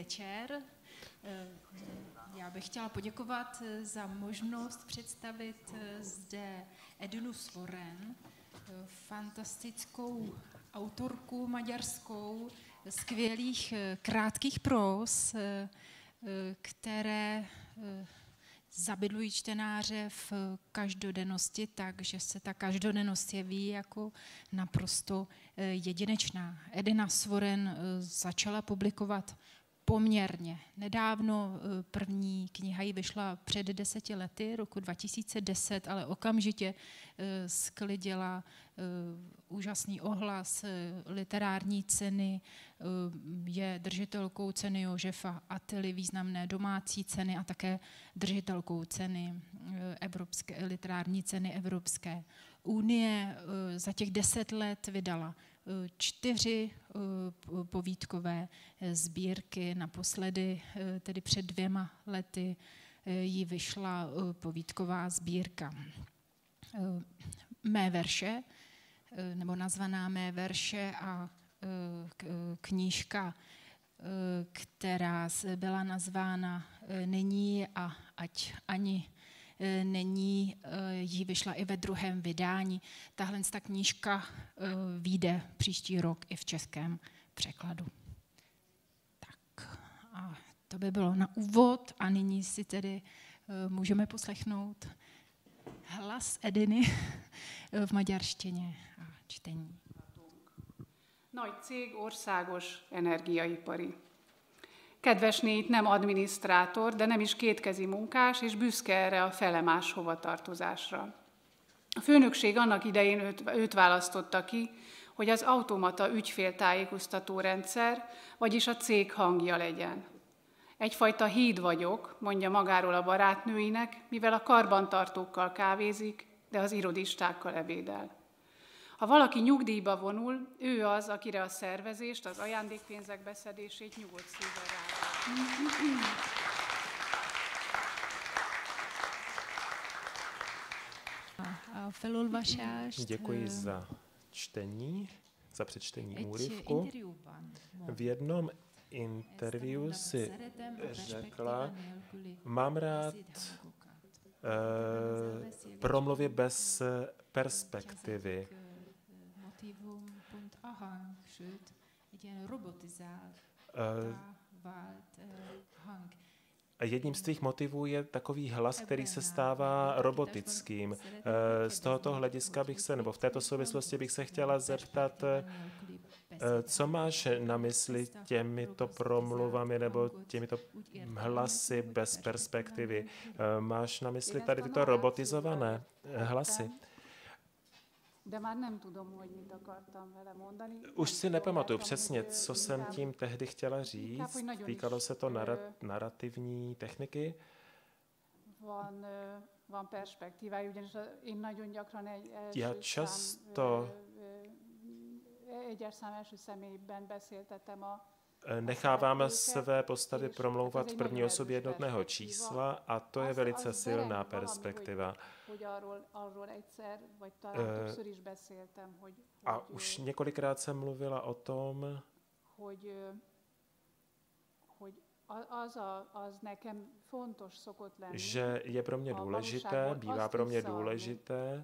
večer. Já bych chtěla poděkovat za možnost představit zde Edinu Svoren, fantastickou autorku maďarskou skvělých krátkých próz, které zabydlují čtenáře v každodennosti tak, že se ta každodennost jeví jako naprosto jedinečná. Edina Svoren začala publikovat poměrně nedávno. První kniha jí vyšla před 10 lety, roku 2010, ale okamžitě sklidila úžasný ohlas literární ceny, je držitelkou ceny Josefa Attily, významné domácí ceny a také držitelkou ceny literární ceny Evropské unie. Za těch 10 let vydala 4 povídkové sbírky. Naposledy, tedy před 2 lety, jí vyšla povídková sbírka Mé verše, nebo nazvaná Mé verše, a knížka, která byla nazvána Není a ať ani není, jí vyšla i ve 2. vydání. Tahle ta knížka vyjde příští rok i v českém překladu. Tak a to by bylo na úvod a nyní si tedy můžeme poslechnout hlas Ediny v maďarštině a čtení. Nagy cég, országos energiaipari. Kedves Nét nem adminisztrátor, de nem is kétkezi munkás, és büszke erre a felemás hovatartozásra. A főnökség annak idején őt választotta ki, hogy az automata ügyféltájékoztató rendszer, vagyis a cég hangja legyen. Egyfajta híd vagyok, mondja magáról a barátnőinek, mivel a karbantartókkal kávézik, de az irodistákkal ebédel. Ha valaki nyugdíjba vonul, ő az, akire a szervezést, az ajándékpénzek beszedését nyugodt szívvel rádá. Děkuji za čtení, za přečtení úryvku. V jednom interview si řekla, mám rád promluvy bez perspektivy. Jedním z tvých motivů je takový hlas, který se stává robotickým. Z tohoto hlediska bych se, nebo v této souvislosti bych se chtěla zeptat, co máš na mysli těmito promluvami nebo těmito hlasy bez perspektivy? Máš na mysli tady tyto robotizované hlasy? Už si nepamatuju přesně, co jsem tím tehdy chtěla říct. Týkalo se to narrativní techniky. Já často nechávám své postavy promlouvat v první osobě jednotného čísla a to je velice silná perspektiva. A už několikrát jsem mluvila o tom, že je pro mě důležité, bývá pro mě důležité,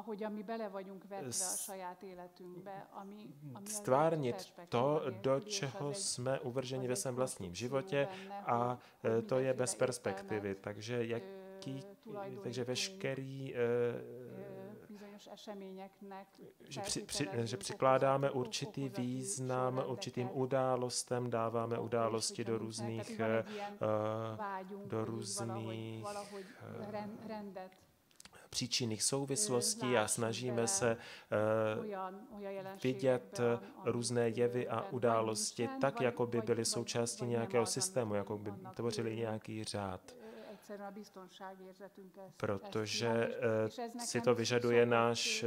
stvárnit to, do čeho jsme uvrženi ve svém vlastním životě, a to je bez perspektivy. Takže veškerý, že přikládáme určitý význam určitým událostem, dáváme události do různých příčinných souvislostí a snažíme se vidět různé jevy a události tak, jako by byly součástí nějakého systému, jako by tvořili nějaký řád. Protože si to vyžaduje náš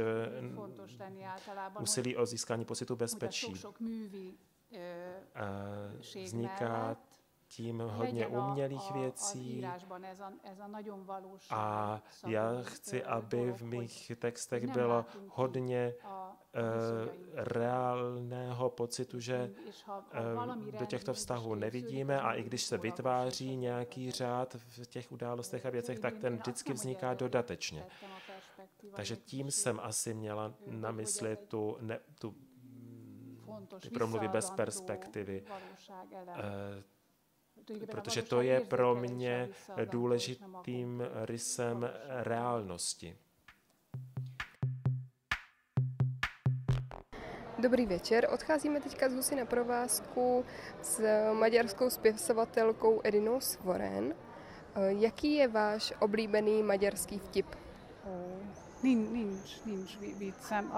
úsilí o získání pocitu bezpečí. Vzniká tím hodně umělých věcí a já chci, aby v mých textech bylo hodně reálného pocitu, že do těchto vztahů nevidíme a i když se vytváří nějaký řád v těch událostech a věcech, tak ten vždycky vzniká dodatečně. Takže tím jsem asi měla na mysli ty promluvy bez perspektivy, protože to je pro mě důležitým rysem reálnosti. Dobrý večer, odcházíme teďka z Husy na provázku s maďarskou zpěvovatelkou Edinou Svoren. Jaký je váš oblíbený maďarský vtip? Nincs viccem.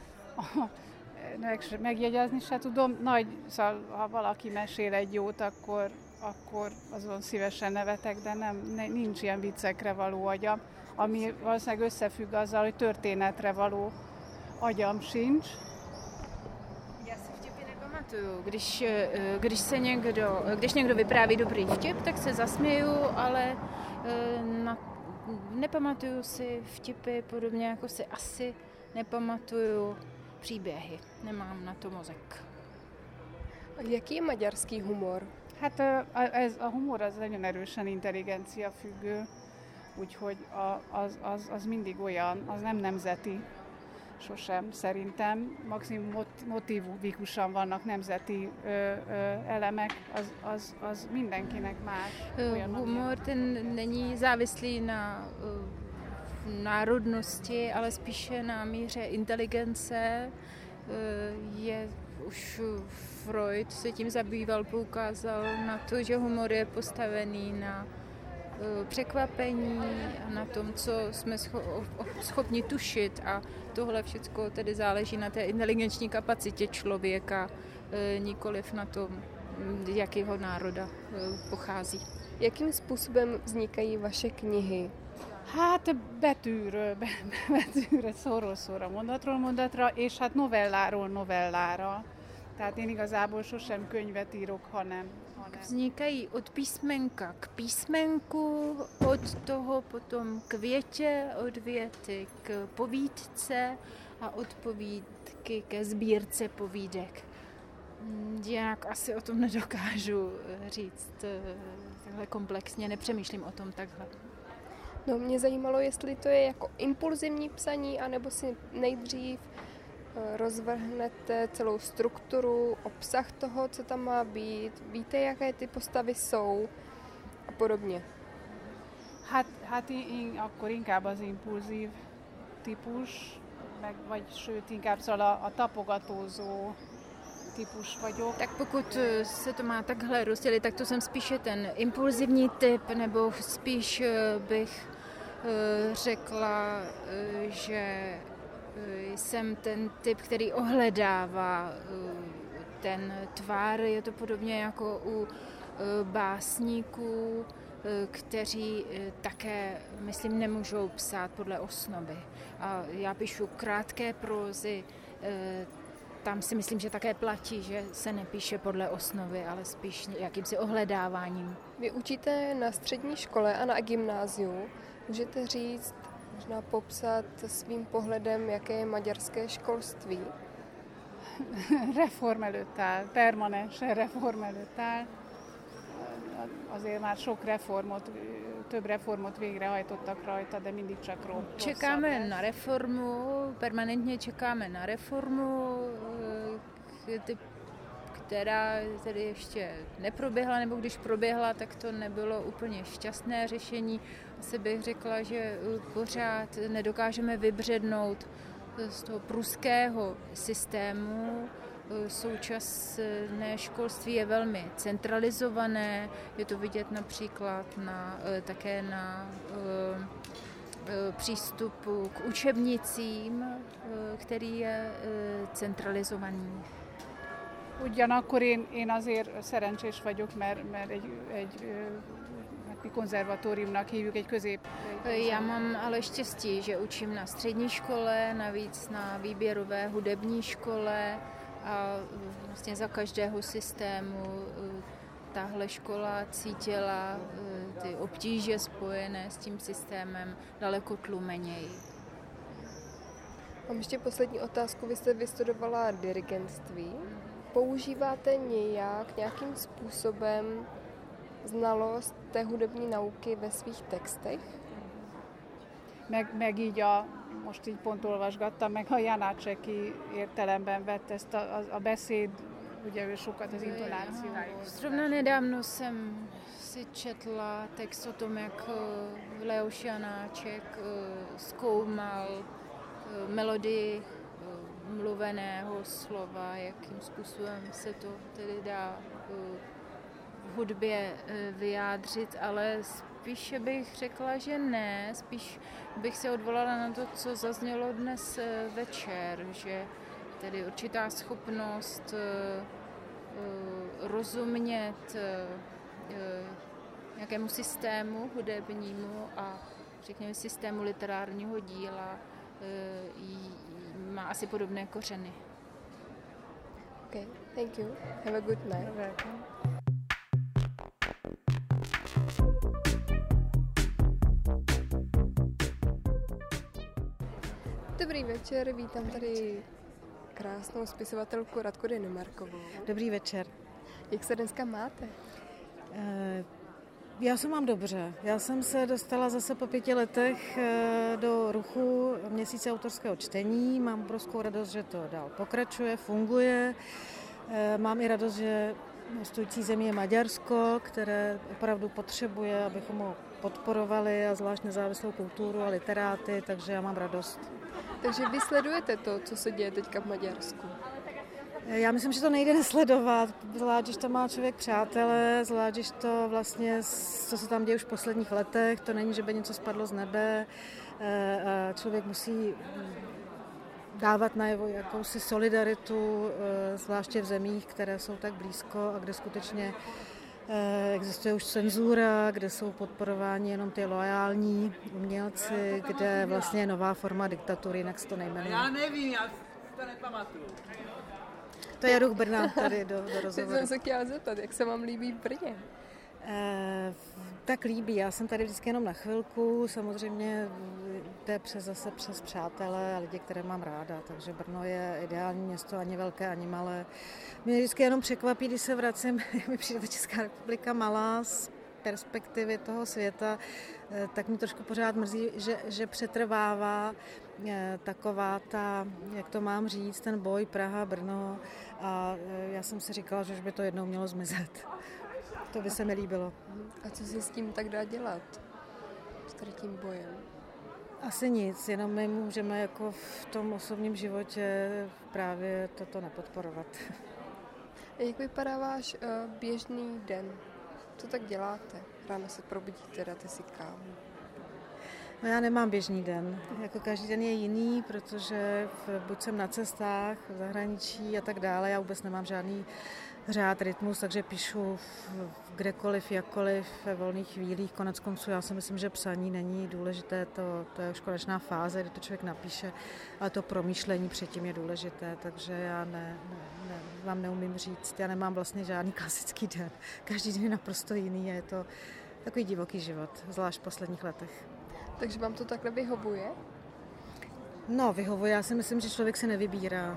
Megjegyezni se tudom, szóval, ha valaki mesél egy jót, akkor azon szívesen nevetek, de nincs ilyen viccekre való agyam, ami valószínűleg összefügg azzal, hogy történetre való agyam sincs. Já si vtipy nepamatuju. Když někdo vypráví dobrý vtip, tak se zasměju, ale nepamatuju si vtipy, podobně jako si asi nepamatuju příběhy. Nemám na to mozek. Jaký je maďarský humor? Hát a humor az nagyon erősen intelligencia függő, úgyhogy az mindig olyan, az nem nemzeti sosem szerintem. Maximum motivikusan vannak nemzeti elemek, az mindenkinek más. Humor ten není závislý na národnosti, ale spíše na míře inteligence. Už Freud se tím zabýval, poukázal na to, že humor je postavený na překvapení a na tom, co jsme schopni tušit, a tohle všechno tedy záleží na té inteligenční kapacitě člověka, nikoliv na tom, jakého národa pochází. Jakým způsobem vznikají vaše knihy? Hát betűről szóról mondatról mondatra, és hát novelláról novellára. Tehát én igazából sosem könyvet írok, hanem... Vznikají od písmenka k písmenku, od toho potom k větě, od věty k povídce a od povídky ke sbírce povídek. Jinak asi o tom nedokážu říct takhle komplexně, nepřemýšlím o tom takhle. No, mě zajímalo, jestli to je jako impulzivní psaní, anebo si nejdřív rozvrhnete celou strukturu, obsah toho, co tam má být, víte, jaké ty postavy jsou a podobně. Hát én akkor inkább az impulzív típus, vagy sőt inkább szóval a tapogatózó typus vagyok. Tak pokud se to má takhle rozdělit, tak to jsem spíše ten impulzivní typ, nebo spíš bych řekla, že jsem ten typ, který ohledává ten tvar. Je to podobně jako u básníků, kteří také, myslím, nemůžou psát podle osnovy. A já píšu krátké prózy, tam si myslím, že také platí, že se nepíše podle osnovy, ale spíš jakýmsi ohledáváním. Vy učíte na střední škole a na gymnáziu. Můžete říct, možná popsat svým pohledem, jaké je maďarské školství? Reform előtt áll, permanensen reform előtt áll. Azért már több reformot végrehajtottak rajta, de mindig csak rosszabb. Čekáme na reformu, permanentně čekáme na reformu, která tedy ještě neproběhla, nebo když proběhla, tak to nebylo úplně šťastné řešení. Asi bych řekla, že pořád nedokážeme vybřednout z toho pruského systému. Současné školství je velmi centralizované, je to vidět například také na přístupu k učebnicím, který je centralizovaný. Ugyanakkor én azért szerencsés vagyok, mert egy konzervatóriumnak hívjuk, egy közép. Já mám ale štěstí, že učím na střední škole, navíc na výběrové hudební škole a vlastně za každého systému tahle škola cítila ty obtíže spojené s tím systémem daleko tlumeněji. Mám ještě poslední otázku. Vy jste vystudovala dirigentství. Používáte nějakým způsobem znalost té hudební nauky ve svých textech? Meg így most így pont olvasgattam, meg a Janácseki értelemben vett ezt a beszéd, ugye ő sokat az intonációjáról. Zrovna nedávno jsem si četla text o tom, jak Leoš Janáček zkoumal melodii mluveného slova, jakým způsobem se to tedy dá v hudbě vyjádřit, ale spíše bych řekla, že ne. Spíš bych se odvolala na to, co zaznělo dnes večer, že tedy určitá schopnost rozumět nějakému systému hudebnímu a řekněme systému literárního díla má asi podobné kořeny. Okay, thank you. Have a good night. Dobrý večer, vítám tady krásnou spisovatelku Radku Dynemarkovou. Dobrý večer. Jak se dneska máte? Já se mám dobře. Já jsem se dostala zase po 5 letech do ruchu měsíce autorského čtení. Mám obrovskou radost, že to dál pokračuje, funguje. Mám i radost, že hostující zemí je Maďarsko, které opravdu potřebuje, abychom ho podporovali a zvlášť nezávislou kulturu a literáty, takže já mám radost. Takže vy sledujete to, co se děje teďka v Maďarsku? Já myslím, že to nejde nesledovat, zvlášť, když to má člověk přátele, zvlášť, když to vlastně, co se tam děje už v posledních letech, to není, že by něco spadlo z nebe, člověk musí dávat najevo jakousi solidaritu, zvláště v zemích, které jsou tak blízko a kde skutečně existuje už cenzura, kde jsou podporováni jenom ty loajální umělci, kde vlastně je nová forma diktatury, jinak se to nejmenuje. Já nevím, já to nepamatuju. To je ruch Brna tady do rozhovoru. Jsem se chtěla zeptat, jak se vám líbí v Brně? Tak líbí, já jsem tady vždycky jenom na chvilku, samozřejmě to je zase přes přátelé a lidi, které mám ráda, takže Brno je ideální město, ani velké, ani malé. Mě vždycky jenom překvapí, když se vracím, mi přijde ta Česká republika malá z perspektivy toho světa, tak mi trošku pořád mrzí, že přetrvává taková ta, jak to mám říct, ten boj Praha, Brno a já jsem si říkala, že už by to jednou mělo zmizet. To by se mi líbilo. A co se s tím tak dá dělat? S tím bojem? Asi nic, jenom my můžeme jako v tom osobním životě právě toto nepodporovat. A jak vypadá váš běžný den? Co tak děláte? Ráno se probudíte, dáte si kávu? No já nemám běžný den. Jako každý den je jiný, protože buď jsem na cestách, v zahraničí a tak dále. Já vůbec nemám žádný řád, rytmus, takže píšu kdekoliv, jakkoliv, ve volných chvílích. Konec konců já si myslím, že psaní není důležité, to je už konečná fáze, kdy to člověk napíše, ale to promýšlení předtím je důležité, takže já vám neumím říct. Já nemám vlastně žádný klasický den. Každý den je naprosto jiný a je to takový divoký život, zvlášť v posledních letech. Takže vám to takhle vyhovuje? No, vyhovuje. Já si myslím, že člověk se nevybírá.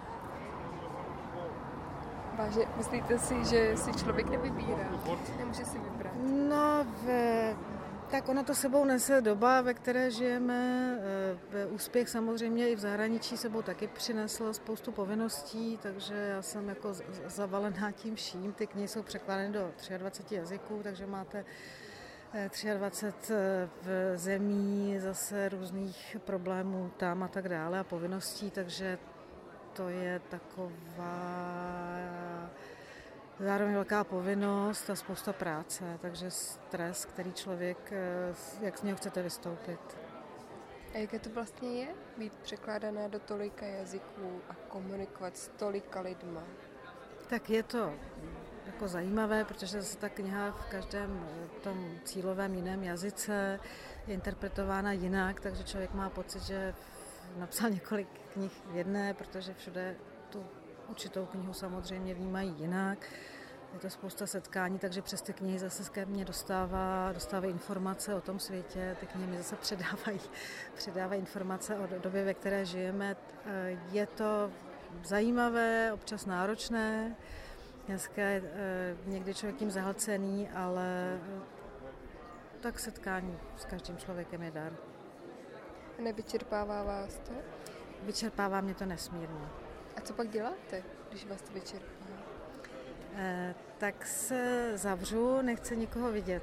Vážně, myslíte si, že si člověk nevybírá? Nemůže si vybrat? No, tak ono to sebou nese doba, ve které žijeme. Úspěch samozřejmě i v zahraničí sebou taky přinesl spoustu povinností, takže já jsem jako zavalená tím vším. Ty knihy jsou překládány do 23 jazyků, takže máte 23 v zemí, zase různých problémů tam a tak dále a povinností, takže to je taková zároveň velká povinnost a spousta práce, takže stres, který člověk, jak z něho chcete vystoupit. A jaké to vlastně je být překládaná do tolika jazyků a komunikovat s tolika lidma? Tak je to jako zajímavé, protože ta kniha v každém tom cílovém jiném jazyce je interpretována jinak, takže člověk má pocit, že napsal několik knih v jedné, protože všude tu určitou knihu samozřejmě vnímají jinak. je to spousta setkání, takže přes ty knihy zase ke mně dostávají informace o tom světě, ty knihy mi zase předávají informace o době, ve které žijeme. Je to zajímavé, občas náročné, hezké, někdy člověk tím zahlcený, ale tak setkání s každým člověkem je dar. Nevyčerpává vás to? Vyčerpává mě to nesmírně. A co pak děláte, když vás to vyčerpá? Tak se zavřu, nechci nikoho vidět.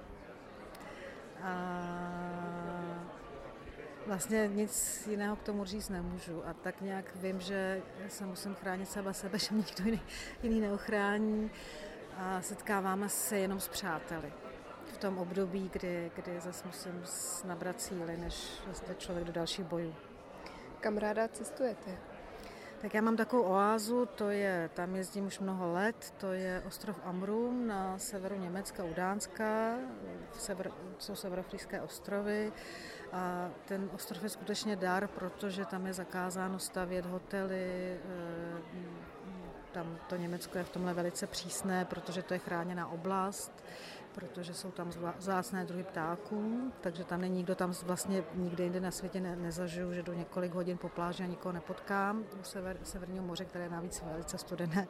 A vlastně nic jiného k tomu říct nemůžu. A tak nějak vím, že se musím chránit sebe, že mě nikdo jiný neochrání. A setkáváme se jenom s přáteli. V tom období, kdy zase musím nabrat síly, než jde člověk do dalších bojů. Kam ráda cestujete? Tak já mám takovou oázu, tam jezdím už mnoho let, to je ostrov Amrum na severu Německa u Dánska, jsou severofrýské ostrovy a ten ostrov je skutečně dar, protože tam je zakázáno stavět hotely, tam to Německo je v tomhle velice přísné, protože to je chráněná oblast, protože jsou tam vzácné druhy ptáků, takže tam není nikdo, tam vlastně nikde jinde na světě nezažiju, že jdu několik hodin po pláži a nikoho nepotkám u Severního moře, které je navíc velice studené.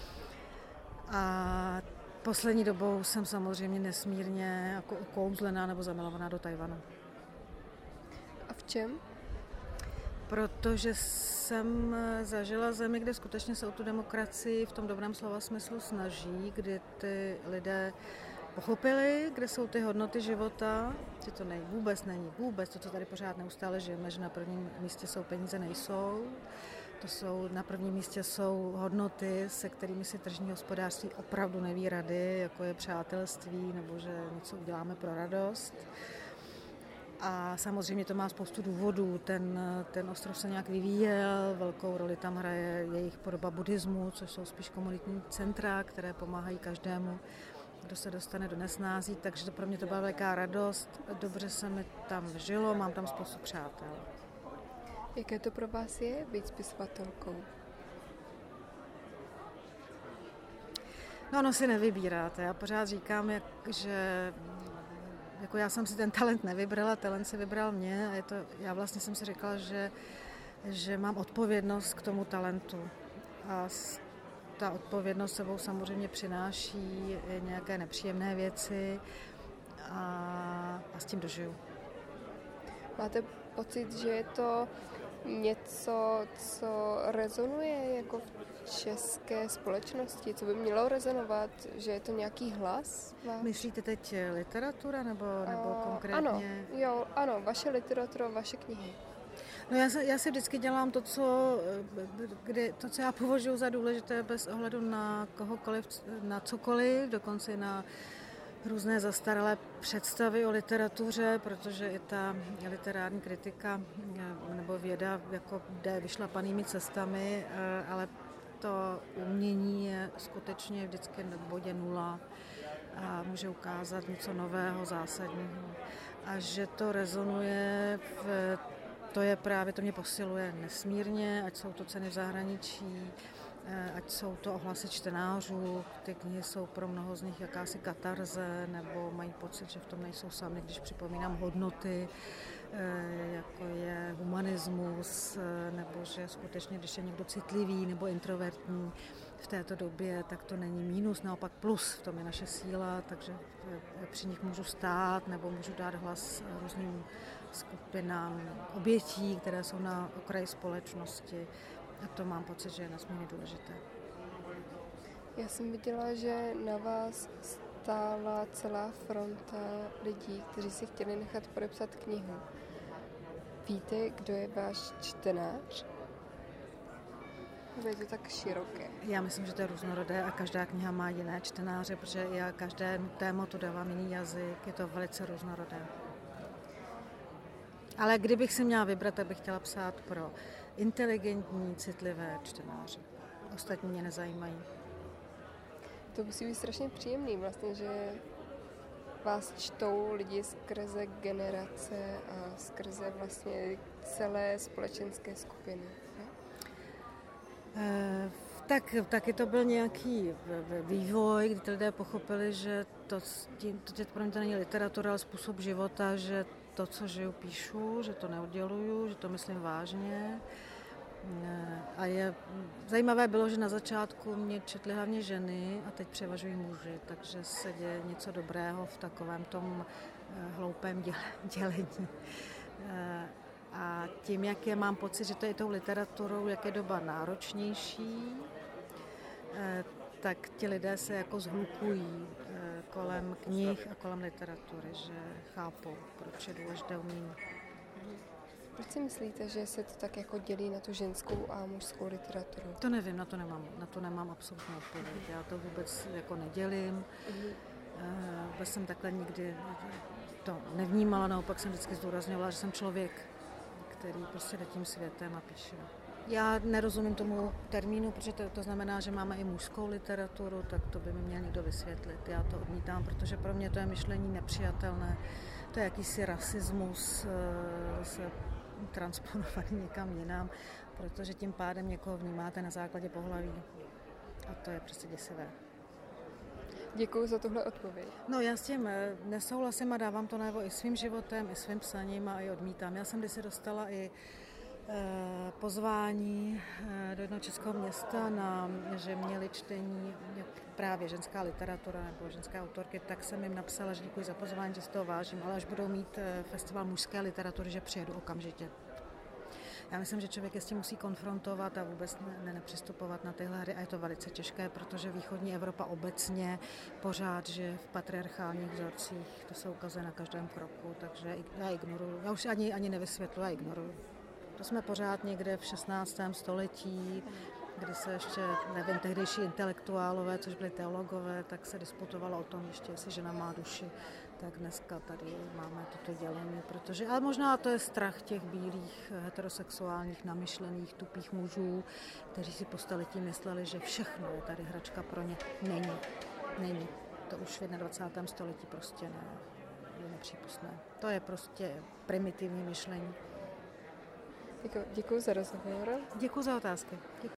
A poslední dobou jsem samozřejmě nesmírně jako okouzlená nebo zamilovaná do Tajvanu. A v čem? Protože jsem zažila zemi, kde skutečně se o tu demokracii v tom dobrém slova smyslu snaží, kdy ty lidé pochopili, kde jsou ty hodnoty života, že to vůbec není to, co tady pořád neustále žijeme, že na prvním místě jsou peníze, nejsou. Na prvním místě jsou hodnoty, se kterými si tržní hospodářství opravdu neví rady, jako je přátelství nebo že něco uděláme pro radost. A samozřejmě to má spoustu důvodů. Ten ostrov se nějak vyvíjel, velkou roli tam hraje jejich podoba buddhismu, což jsou spíš komunitní centra, které pomáhají každému, kdo se dostane do nesnází, takže pro mě to byla velká radost. Dobře se mi tam žilo, mám tam spoustu přátel. Jaké to pro vás je být spisovatelkou? No, ono si nevybíráte. Já pořád říkám, že jako já jsem si ten talent nevybrala, talent si vybral mě a já vlastně jsem si říkala, že mám odpovědnost k tomu talentu. A ta odpovědnost sebou samozřejmě přináší nějaké nepříjemné věci a s tím dožiju. Máte pocit, že je to něco, co rezonuje jako v české společnosti, co by mělo rezonovat, že je to nějaký hlas? Myslíte teď literatura nebo konkrétně? Ano, vaše literatura, vaše knihy. No já si vždycky dělám to, co já považuji za důležité bez ohledu na kohokoliv, na cokoliv, dokonce na různé zastaralé představy o literatuře, protože i ta literární kritika nebo věda jako jde vyšlapanými cestami, ale to umění je skutečně vždycky na bodě nula a může ukázat něco nového, zásadního. A že to rezonuje to mě posiluje nesmírně, ať jsou to ceny v zahraničí, ať jsou to ohlasy čtenářů, ty knihy jsou pro mnoho z nich jakási katarze, nebo mají pocit, že v tom nejsou sami, když připomínám hodnoty, jako je humanismus, nebo že skutečně, když je někdo citlivý nebo introvertní v této době, tak to není mínus, naopak plus, v tom je naše síla, takže při nich můžu stát nebo můžu dát hlas různým skupinám obětí, které jsou na okraji společnosti. A to mám pocit, že je nesmírně důležité. Já jsem viděla, že na vás stála celá fronta lidí, kteří si chtěli nechat podepsat knihu. Víte, kdo je váš čtenář? Je to tak široké. Já myslím, že to je různorodé a každá kniha má jiné čtenáře, protože já každému tématu dávám jiný jazyk, je to velice různorodé. Ale kdybych si měla vybrat, tak bych chtěla psát pro inteligentní, citlivé čtenáře. Ostatní mě nezajímají. To musí být strašně příjemný vlastně, že vás čtou lidi skrze generace a skrze vlastně celé společenské skupiny. Tak taky to byl nějaký vývoj, kdy ty lidé pochopili, že pro mě to není literatura, ale způsob života, že to, co žiju, píšu, že to neodděluju, že to myslím vážně. A zajímavé bylo, že na začátku mě četly hlavně ženy a teď převažují muži, takže se děje něco dobrého v takovém tom hloupém dělení. A tím, jak mám pocit, že to je tou literaturou, jak je doba náročnější, tak ti lidé se jako zhlukují kolem knih a kolem literatury, že chápou, proč je důležité umění. Proč si myslíte, že se to tak jako dělí na tu ženskou a mužskou literaturu? To nevím, na to nemám absolutně odpověď. Já to vůbec jako nedělím. Vůbec jsem takhle nikdy to nevnímala, naopak jsem vždycky zdůrazňovala, že jsem člověk, který prostě jde tím světem a píše. Já nerozumím tomu termínu, protože to znamená, že máme i mužskou literaturu, tak to by mi měl někdo vysvětlit. Já to odmítám, protože pro mě to je myšlení nepřijatelné. To je jakýsi rasismus se transponovaný někam jinam, protože tím pádem někoho vnímáte na základě pohlaví. A to je prostě děsivé. Děkuji za tuhle odpověď. No já s tím nesouhlasím a dávám to najevo i svým životem, i svým psaním a i odmítám. Já jsem kdysi dostala i pozvání do jednoho českého města, že měli čtení právě ženská literatura nebo ženské autorky, tak jsem jim napsala, že děkuji za pozvání, že si toho vážím, ale až budou mít festival mužské literatury, že přijedu okamžitě. Já myslím, že člověk je s tím musí konfrontovat a vůbec nepřistupovat na tyhle hry a je to velice těžké, protože východní Evropa obecně pořád žije v patriarchálních vzorcích, to se ukazuje na každém kroku, takže já ignoruju, já už ani nevysvětluji, já ignoruju. To jsme pořád někde v 16. století, kdy se ještě, nevím, tehdejší intelektuálové, což byli teologové, tak se diskutovalo o tom ještě, jestli žena má duši, tak dneska tady máme toto dělení, ale možná to je strach těch bílých, heterosexuálních, namyšlených, tupých mužů, kteří si po staletí mysleli, že všechno je tady hračka pro ně. Není. To už v 21. století prostě je nepřípustné. To je prostě primitivní myšlení. Děkuji za rozhovor. Děkuji za otázky.